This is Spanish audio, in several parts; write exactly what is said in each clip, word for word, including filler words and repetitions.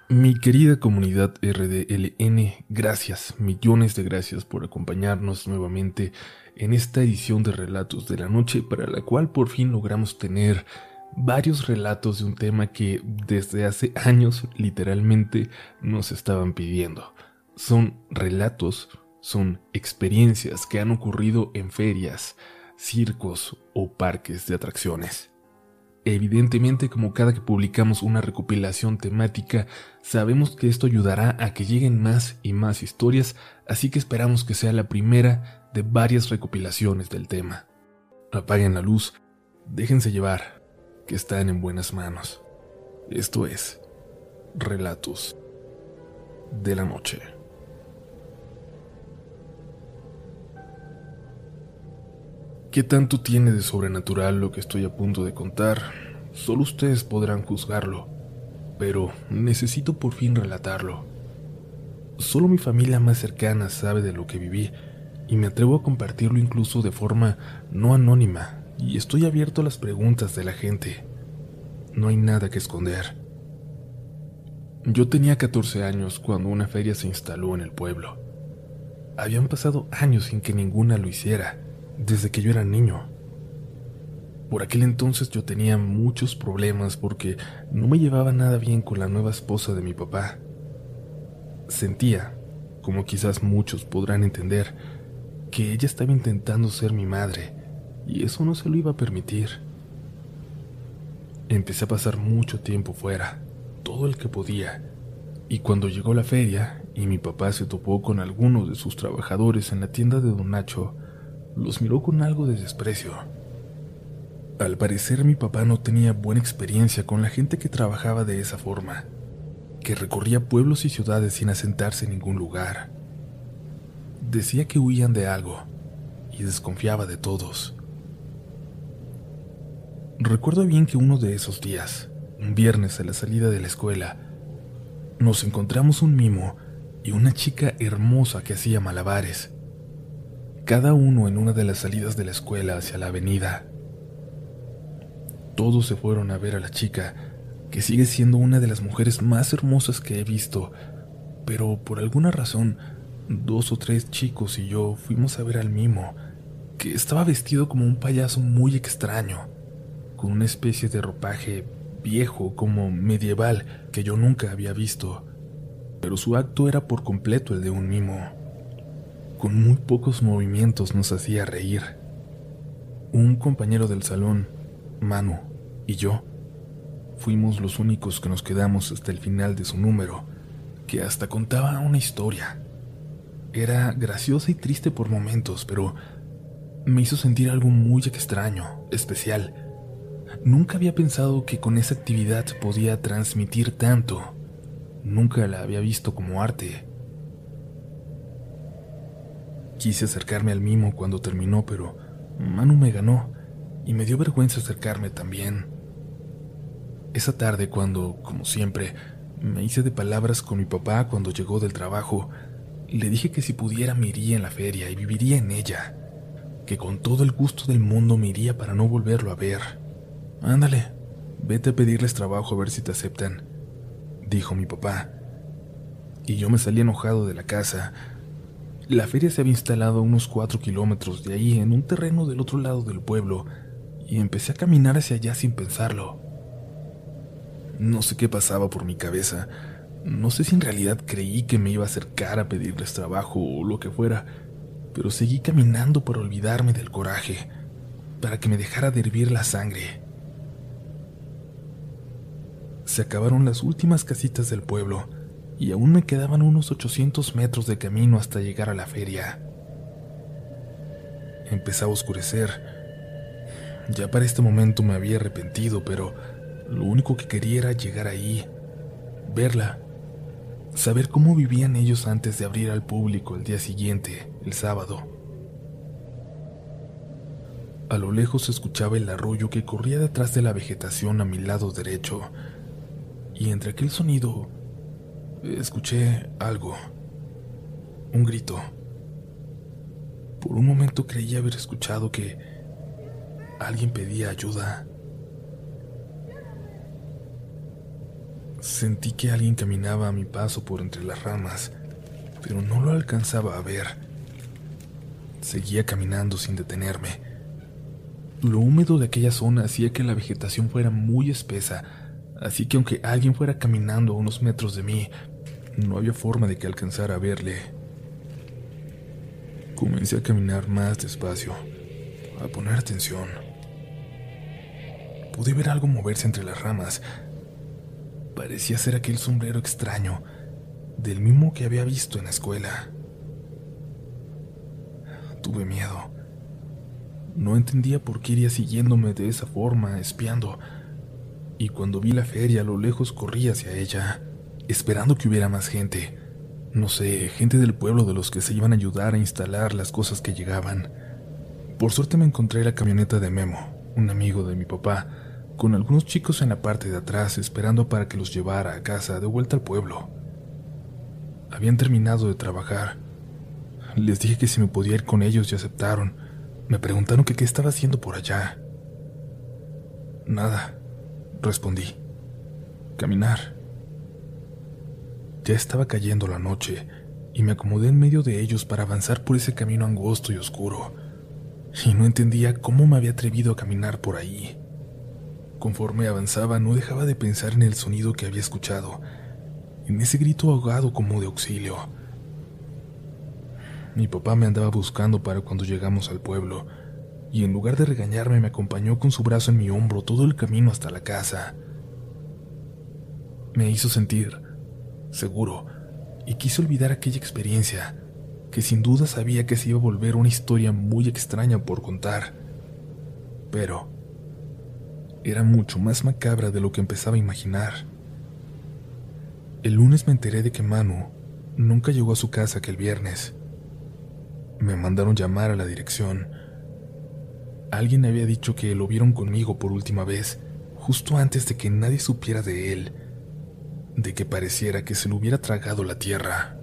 Mi querida comunidad R D L N, gracias, millones de gracias por acompañarnos nuevamente en esta edición de Relatos de la Noche, para la cual por fin logramos tener varios relatos de un tema que desde hace años literalmente nos estaban pidiendo. Son relatos, son experiencias que han ocurrido en ferias, circos o parques de atracciones. Evidentemente, como cada que publicamos una recopilación temática, sabemos que esto ayudará a que lleguen más y más historias, así que esperamos que sea la primera de varias recopilaciones del tema. Apaguen la luz, déjense llevar, que están en buenas manos. Esto es Relatos de la Noche. ¿Qué tanto tiene de sobrenatural lo que estoy a punto de contar? Solo ustedes podrán juzgarlo, pero necesito por fin relatarlo. Solo mi familia más cercana sabe de lo que viví, y me atrevo a compartirlo incluso de forma no anónima, y estoy abierto a las preguntas de la gente. No hay nada que esconder. Yo tenía catorce años cuando una feria se instaló en el pueblo. Habían pasado años sin que ninguna lo hiciera, desde que yo era niño. Por aquel entonces yo tenía muchos problemas porque no me llevaba nada bien con la nueva esposa de mi papá. Sentía, como quizás muchos podrán entender, que ella estaba intentando ser mi madre, y eso no se lo iba a permitir. Empecé a pasar mucho tiempo fuera, todo el que podía, y cuando llegó la feria y mi papá se topó con algunos de sus trabajadores en la tienda de Don Nacho, los miró con algo de desprecio. Al parecer mi papá no tenía buena experiencia con la gente que trabajaba de esa forma, que recorría pueblos y ciudades sin asentarse en ningún lugar. Decía que huían de algo y desconfiaba de todos. Recuerdo bien que uno de esos días, un viernes a la salida de la escuela, nos encontramos un mimo y una chica hermosa que hacía malabares, cada uno en una de las salidas de la escuela hacia la avenida. Todos se fueron a ver a la chica, que sigue siendo una de las mujeres más hermosas que he visto, pero por alguna razón, dos o tres chicos y yo fuimos a ver al mimo, que estaba vestido como un payaso muy extraño, con una especie de ropaje viejo, como medieval, que yo nunca había visto, pero su acto era por completo el de un mimo. Con muy pocos movimientos nos hacía reír. Un compañero del salón, Manu, y yo fuimos los únicos que nos quedamos hasta el final de su número, que hasta contaba una historia. Era graciosa y triste por momentos, pero me hizo sentir algo muy extraño, especial. Nunca había pensado que con esa actividad podía transmitir tanto. Nunca la había visto como arte. Quise acercarme al mimo cuando terminó, pero Manu me ganó y me dio vergüenza acercarme también. Esa tarde, cuando, como siempre, me hice de palabras con mi papá cuando llegó del trabajo, le dije que si pudiera me iría en la feria y viviría en ella, que con todo el gusto del mundo me iría para no volverlo a ver. Ándale, vete a pedirles trabajo a ver si te aceptan, dijo mi papá. Y yo me salí enojado de la casa. La feria se había instalado a unos cuatro kilómetros de ahí, en un terreno del otro lado del pueblo, y empecé a caminar hacia allá sin pensarlo. No sé qué pasaba por mi cabeza. No sé si en realidad creí que me iba a acercar a pedirles trabajo o lo que fuera, pero seguí caminando para olvidarme del coraje, para que me dejara de hervir la sangre. Se acabaron las últimas casitas del pueblo, y aún me quedaban unos ochocientos metros de camino hasta llegar a la feria. Empezaba a oscurecer. Ya para este momento me había arrepentido, pero lo único que quería era llegar ahí, verla, saber cómo vivían ellos antes de abrir al público el día siguiente, el sábado. A lo lejos se escuchaba el arroyo que corría detrás de la vegetación a mi lado derecho, y entre aquel sonido escuché algo, un grito. Por un momento creí haber escuchado que alguien pedía ayuda. Sentí que alguien caminaba a mi paso por entre las ramas, pero no lo alcanzaba a ver. Seguía caminando sin detenerme. Lo húmedo de aquella zona hacía que la vegetación fuera muy espesa, así que aunque alguien fuera caminando a unos metros de mí, no había forma de que alcanzara a verle. Comencé a caminar más despacio, a poner atención. Pude ver algo moverse entre las ramas. Parecía ser aquel sombrero extraño, del mismo que había visto en la escuela. Tuve miedo. No entendía por qué iría siguiéndome de esa forma, espiando, y cuando vi la feria a lo lejos corrí hacia ella, esperando que hubiera más gente. No sé, gente del pueblo de los que se iban a ayudar a instalar las cosas que llegaban. Por suerte me encontré la camioneta de Memo, un amigo de mi papá, con algunos chicos en la parte de atrás esperando para que los llevara a casa de vuelta al pueblo. Habían terminado de trabajar. Les dije que si me podía ir con ellos y aceptaron. Me preguntaron que qué estaba haciendo por allá. Nada, respondí. Caminar. Ya estaba cayendo la noche y me acomodé en medio de ellos para avanzar por ese camino angosto y oscuro, y no entendía cómo me había atrevido a caminar por ahí. Conforme avanzaba no dejaba de pensar en el sonido que había escuchado, en ese grito ahogado como de auxilio. Mi papá me andaba buscando para cuando llegamos al pueblo, y en lugar de regañarme me acompañó con su brazo en mi hombro todo el camino hasta la casa. Me hizo sentir seguro, y quise olvidar aquella experiencia, que sin duda sabía que se iba a volver una historia muy extraña por contar. Pero era mucho más macabra de lo que empezaba a imaginar. El lunes me enteré de que Manu nunca llegó a su casa que el viernes. Me mandaron llamar a la dirección. Alguien había dicho que lo vieron conmigo por última vez, justo antes de que nadie supiera de él, de que pareciera que se lo hubiera tragado la tierra.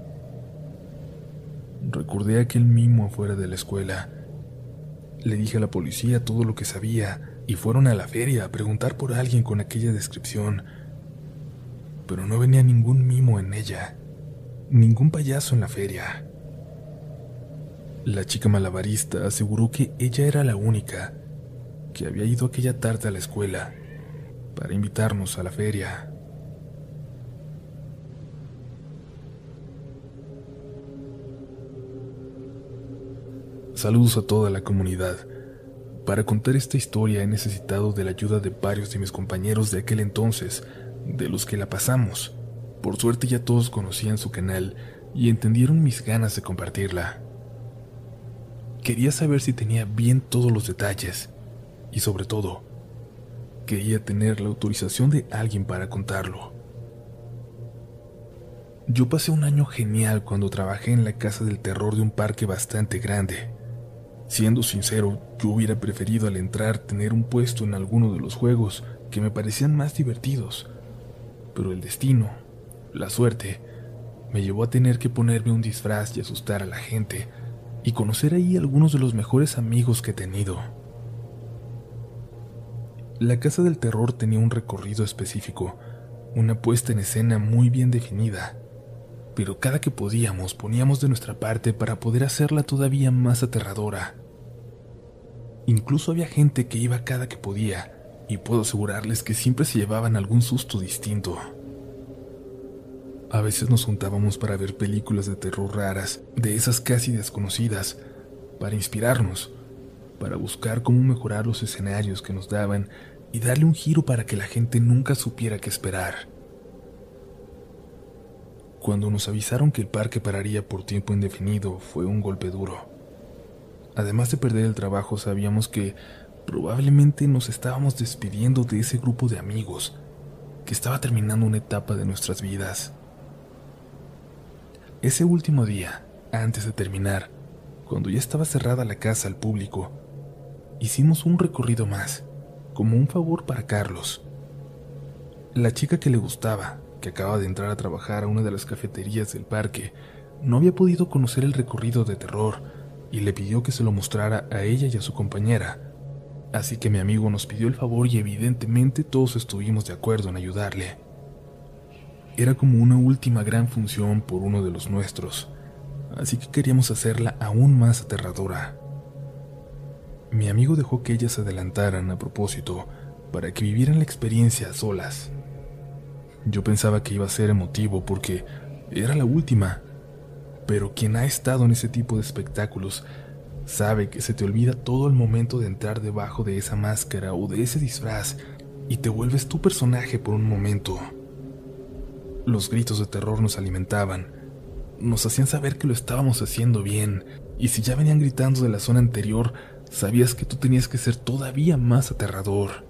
Recordé aquel mimo afuera de la escuela. Le dije a la policía todo lo que sabía y fueron a la feria a preguntar por alguien con aquella descripción. Pero no venía ningún mimo en ella, ningún payaso en la feria. La chica malabarista aseguró que ella era la única que había ido aquella tarde a la escuela para invitarnos a la feria. Saludos a toda la comunidad. Para contar esta historia he necesitado de la ayuda de varios de mis compañeros de aquel entonces, de los que la pasamos. Por suerte ya todos conocían su canal y entendieron mis ganas de compartirla. Quería saber si tenía bien todos los detalles y sobre todo, quería tener la autorización de alguien para contarlo. Yo pasé un año genial cuando trabajé en la casa del terror de un parque bastante grande. Siendo sincero, yo hubiera preferido al entrar tener un puesto en alguno de los juegos que me parecían más divertidos, pero el destino, la suerte, me llevó a tener que ponerme un disfraz y asustar a la gente, y conocer ahí algunos de los mejores amigos que he tenido. La casa del terror tenía un recorrido específico, una puesta en escena muy bien definida, pero cada que podíamos poníamos de nuestra parte para poder hacerla todavía más aterradora. Incluso había gente que iba cada que podía, y puedo asegurarles que siempre se llevaban algún susto distinto. A veces nos juntábamos para ver películas de terror raras, de esas casi desconocidas, para inspirarnos, para buscar cómo mejorar los escenarios que nos daban y darle un giro para que la gente nunca supiera qué esperar. Cuando nos avisaron que el parque pararía por tiempo indefinido, fue un golpe duro. Además de perder el trabajo, sabíamos que probablemente nos estábamos despidiendo de ese grupo de amigos, que estaba terminando una etapa de nuestras vidas. Ese último día, antes de terminar, cuando ya estaba cerrada la casa al público, hicimos un recorrido más, como un favor para Carlos. La chica que le gustaba, que acaba de entrar a trabajar a una de las cafeterías del parque, no había podido conocer el recorrido de terror y le pidió que se lo mostrara a ella y a su compañera. Así que mi amigo nos pidió el favor y evidentemente todos estuvimos de acuerdo en ayudarle. Era como una última gran función por uno de los nuestros, así que queríamos hacerla aún más aterradora. Mi amigo dejó que ellas se adelantaran a propósito para que vivieran la experiencia a solas. Yo pensaba que iba a ser emotivo porque era la última, pero quien ha estado en ese tipo de espectáculos sabe que se te olvida todo el momento de entrar debajo de esa máscara o de ese disfraz y te vuelves tu personaje por un momento. Los gritos de terror nos alimentaban, nos hacían saber que lo estábamos haciendo bien, y si ya venían gritando de la zona anterior, sabías que tú tenías que ser todavía más aterrador.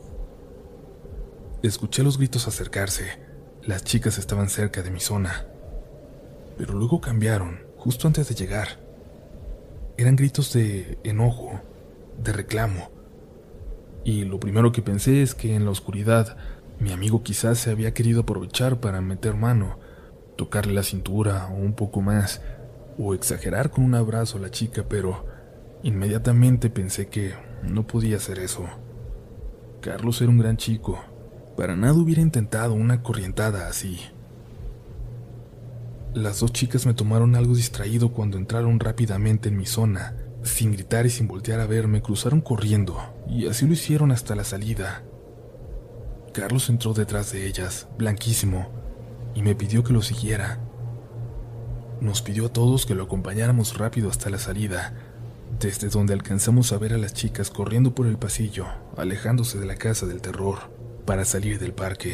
Escuché los gritos acercarse. Las chicas estaban cerca de mi zona, pero luego cambiaron justo antes de llegar. Eran gritos de enojo, de reclamo, y lo primero que pensé es que en la oscuridad mi amigo quizás se había querido aprovechar para meter mano, tocarle la cintura o un poco más, o exagerar con un abrazo a la chica, pero inmediatamente pensé que no podía hacer eso. Carlos era un gran chico, para nada hubiera intentado una corrientada así. Las dos chicas me tomaron algo distraído cuando entraron rápidamente en mi zona. Sin gritar y sin voltear a verme, cruzaron corriendo, y así lo hicieron hasta la salida. Carlos entró detrás de ellas, blanquísimo, y me pidió que lo siguiera. Nos pidió a todos que lo acompañáramos rápido hasta la salida, desde donde alcanzamos a ver a las chicas corriendo por el pasillo, alejándose de la casa del terror, para salir del parque.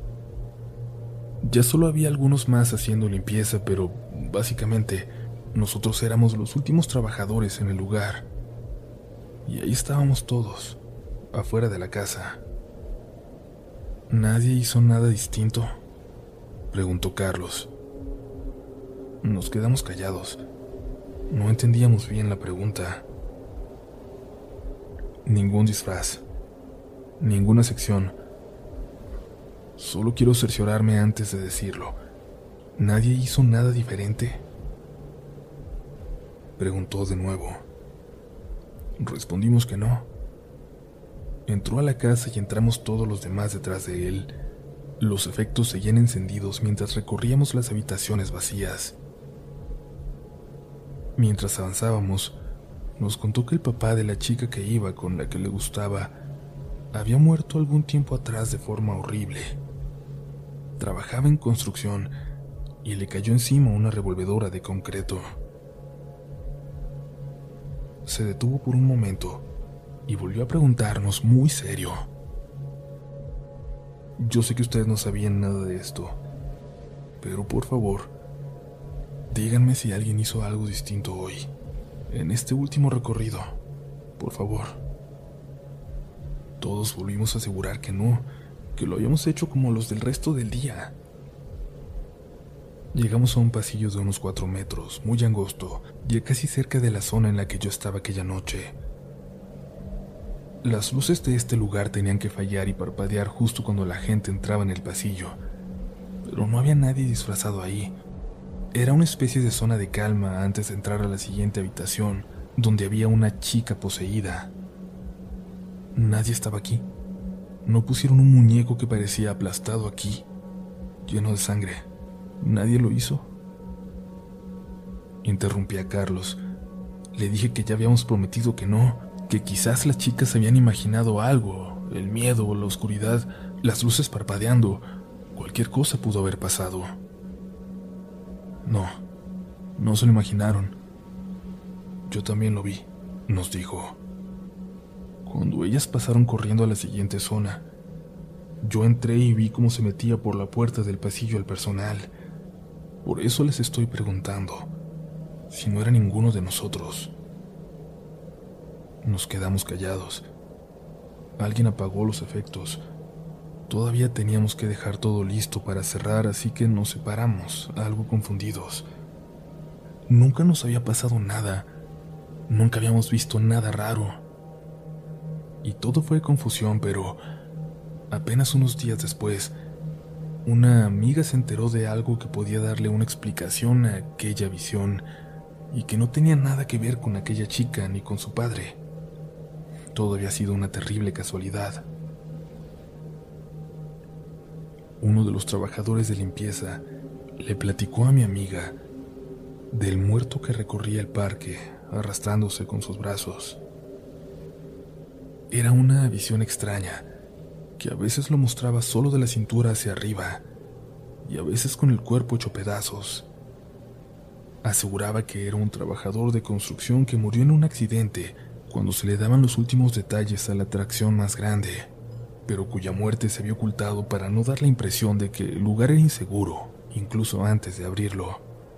Ya solo había algunos más haciendo limpieza, pero básicamente nosotros éramos los últimos trabajadores en el lugar. Y ahí estábamos todos, afuera de la casa. ¿Nadie hizo nada distinto?, preguntó Carlos. Nos quedamos callados. No entendíamos bien la pregunta. Ningún disfraz, ninguna sección. Solo quiero cerciorarme antes de decirlo. ¿Nadie hizo nada diferente?, preguntó de nuevo. Respondimos que no. Entró a la casa y entramos todos los demás detrás de él. Los efectos seguían encendidos mientras recorríamos las habitaciones vacías. Mientras avanzábamos, nos contó que el papá de la chica que iba con la que le gustaba había muerto algún tiempo atrás de forma horrible. Trabajaba en construcción y le cayó encima una revolvedora de concreto. Se detuvo por un momento y volvió a preguntarnos muy serio. Yo sé que ustedes no sabían nada de esto, pero por favor, díganme si alguien hizo algo distinto hoy, en este último recorrido, por favor. Todos volvimos a asegurar que no, que lo habíamos hecho como los del resto del día. Llegamos a un pasillo de unos cuatro metros, muy angosto, ya casi cerca de la zona en la que yo estaba aquella noche. Las luces de este lugar tenían que fallar y parpadear justo cuando la gente entraba en el pasillo, pero no había nadie disfrazado ahí. Era una especie de zona de calma antes de entrar a la siguiente habitación, donde había una chica poseída. Nadie estaba aquí. No pusieron un muñeco que parecía aplastado aquí, lleno de sangre. ¿Nadie lo hizo? Interrumpí a Carlos. Le dije que ya habíamos prometido que no, que quizás las chicas habían imaginado algo, el miedo, la oscuridad, las luces parpadeando, cualquier cosa pudo haber pasado. No, no se lo imaginaron. Yo también lo vi, nos dijo. Cuando ellas pasaron corriendo a la siguiente zona, yo entré y vi cómo se metía por la puerta del pasillo el personal. Por eso les estoy preguntando si no era ninguno de nosotros. Nos quedamos callados. Alguien apagó los efectos. Todavía teníamos que dejar todo listo para cerrar, así que nos separamos, algo confundidos. Nunca nos había pasado nada. Nunca habíamos visto nada raro. Y todo fue confusión, pero apenas unos días después, una amiga se enteró de algo que podía darle una explicación a aquella visión y que no tenía nada que ver con aquella chica ni con su padre. Todo había sido una terrible casualidad. uno de los trabajadores de limpieza le platicó a mi amiga del muerto que recorría el parque arrastrándose con sus brazos. Era una visión extraña, que a veces lo mostraba solo de la cintura hacia arriba y a veces con el cuerpo hecho pedazos. Aseguraba que era un trabajador de construcción que murió en un accidente cuando se le daban los últimos detalles a la atracción más grande, pero cuya muerte se había ocultado para no dar la impresión de que el lugar era inseguro, incluso antes de abrirlo.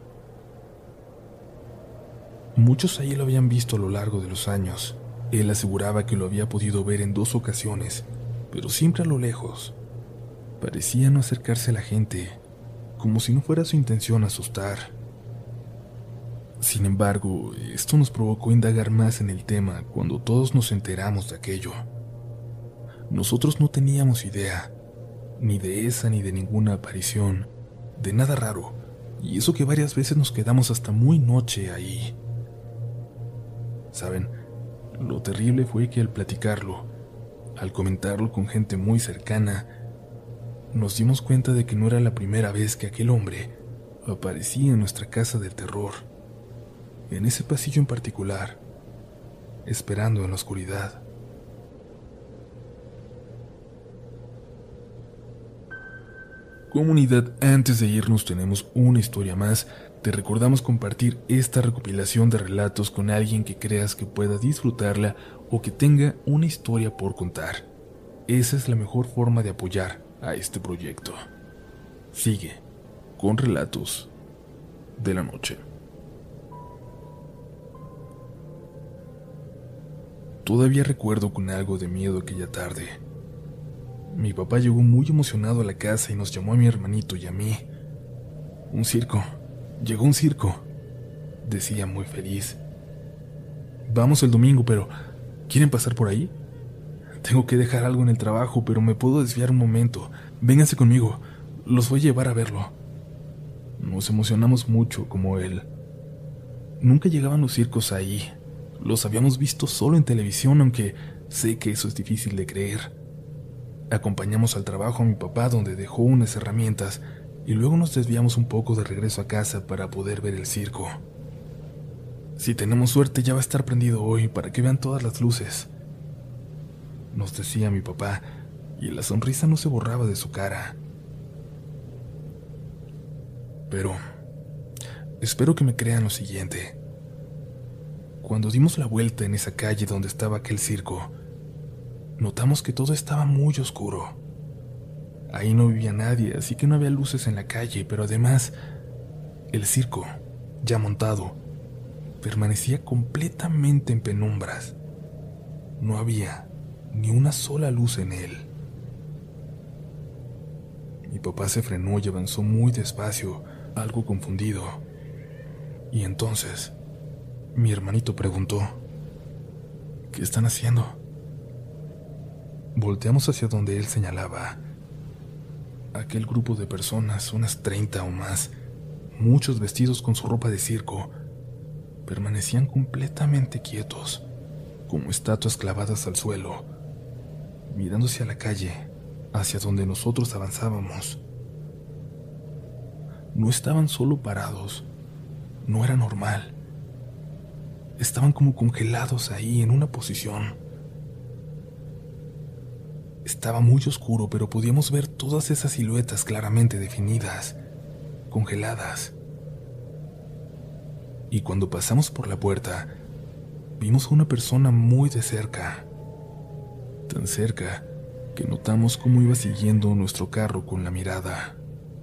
Muchos ahí lo habían visto a lo largo de los años. Él aseguraba que lo había podido ver en dos ocasiones, pero siempre a lo lejos. Parecía no acercarse a la gente, como si no fuera su intención asustar. Sin embargo, esto nos provocó indagar más en el tema cuando todos nos enteramos de aquello. Nosotros no teníamos idea, ni de esa ni de ninguna aparición, de nada raro, y eso que varias veces nos quedamos hasta muy noche ahí. ¿Saben? Lo terrible fue que al platicarlo, al comentarlo con gente muy cercana, nos dimos cuenta de que no era la primera vez que aquel hombre aparecía en nuestra casa del terror, en ese pasillo en particular, esperando en la oscuridad. Comunidad, antes de irnos tenemos una historia más. Te recordamos compartir esta recopilación de relatos con alguien que creas que pueda disfrutarla o que tenga una historia por contar. Esa es la mejor forma de apoyar a este proyecto. Sigue con Relatos de la Noche. Todavía recuerdo con algo de miedo aquella tarde. Mi papá llegó muy emocionado a la casa y nos llamó a mi hermanito y a mí. Un circo. Llegó un circo, decía muy feliz. Vamos el domingo, pero ¿quieren pasar por ahí? Tengo que dejar algo en el trabajo, pero me puedo desviar un momento. Vénganse conmigo, los voy a llevar a verlo. Nos emocionamos mucho como él. Nunca llegaban los circos ahí. Los habíamos visto solo en televisión, aunque sé que eso es difícil de creer. Acompañamos al trabajo a mi papá, donde dejó unas herramientas, y luego nos desviamos un poco de regreso a casa para poder ver el circo. Si tenemos suerte ya va a estar prendido hoy para que vean todas las luces, nos decía mi papá, y la sonrisa no se borraba de su cara. Pero espero que me crean lo siguiente. Cuando dimos la vuelta en esa calle donde estaba aquel circo, notamos que todo estaba muy oscuro. Ahí no vivía nadie, así que no había luces en la calle, pero además, el circo, ya montado, permanecía completamente en penumbras. No había ni una sola luz en él. Mi papá se frenó y avanzó muy despacio, algo confundido. Y entonces, mi hermanito preguntó: ¿qué están haciendo? Volteamos hacia donde él señalaba. Aquel grupo de personas, unas treinta o más, muchos vestidos con su ropa de circo, permanecían completamente quietos, como estatuas clavadas al suelo, mirando hacia la calle, hacia donde nosotros avanzábamos. No estaban solo parados, no era normal. Estaban como congelados ahí en una posición. Estaba muy oscuro, pero podíamos ver todas esas siluetas claramente definidas, congeladas. Y cuando pasamos por la puerta, vimos a una persona muy de cerca. Tan cerca que notamos cómo iba siguiendo nuestro carro con la mirada.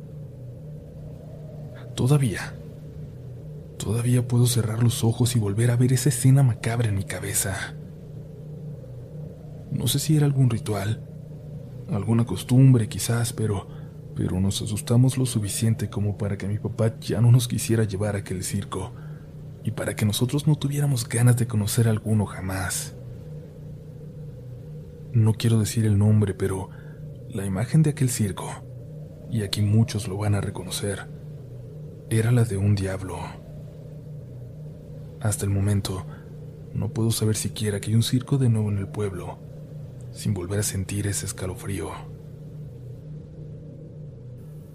Todavía, todavía puedo cerrar los ojos y volver a ver esa escena macabra en mi cabeza. No sé si era algún ritual, alguna costumbre quizás, pero, pero nos asustamos lo suficiente como para que mi papá ya no nos quisiera llevar a aquel circo y para que nosotros no tuviéramos ganas de conocer a alguno jamás. No quiero decir el nombre, pero la imagen de aquel circo, y aquí muchos lo van a reconocer, era la de un diablo. Hasta el momento, no puedo saber siquiera que hay un circo de nuevo en el pueblo, sin volver a sentir ese escalofrío.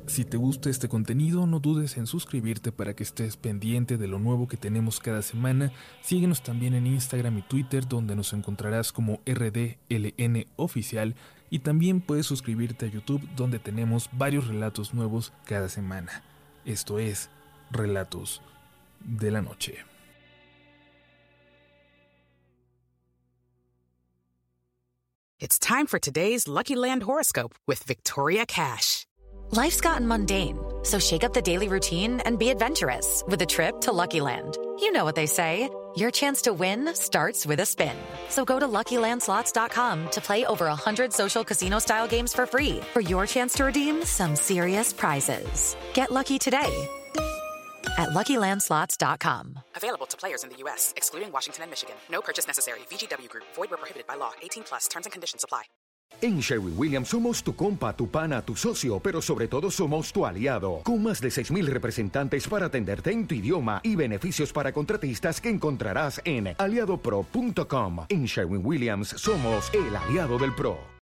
Si te gusta este contenido, no dudes en suscribirte para que estés pendiente de lo nuevo que tenemos cada semana. Síguenos también en Instagram y Twitter, donde nos encontrarás como R D L N Oficial, y también puedes suscribirte a YouTube, donde tenemos varios relatos nuevos cada semana. Esto es Relatos de la Noche. It's time for today's Lucky Land horoscope with Victoria Cash. Life's gotten mundane, so shake up the daily routine and be adventurous with a trip to Lucky Land. You know what they say, your chance to win starts with a spin. So go to Lucky Land Slots dot com to play over one hundred social casino-style games for free for your chance to redeem some serious prizes. Get lucky today at Lucky Land Slots dot com. Available to players in the U S, excluding Washington and Michigan. No purchase necessary. V G W Group. Void where prohibited by law. eighteen plus. Terms and conditions apply. En Sherwin-Williams somos tu compa, tu pana, tu socio, pero sobre todo somos tu aliado. Con más de seis mil representantes para atenderte en tu idioma y beneficios para contratistas que encontrarás en aliado pro punto com. En Sherwin-Williams somos el aliado del pro.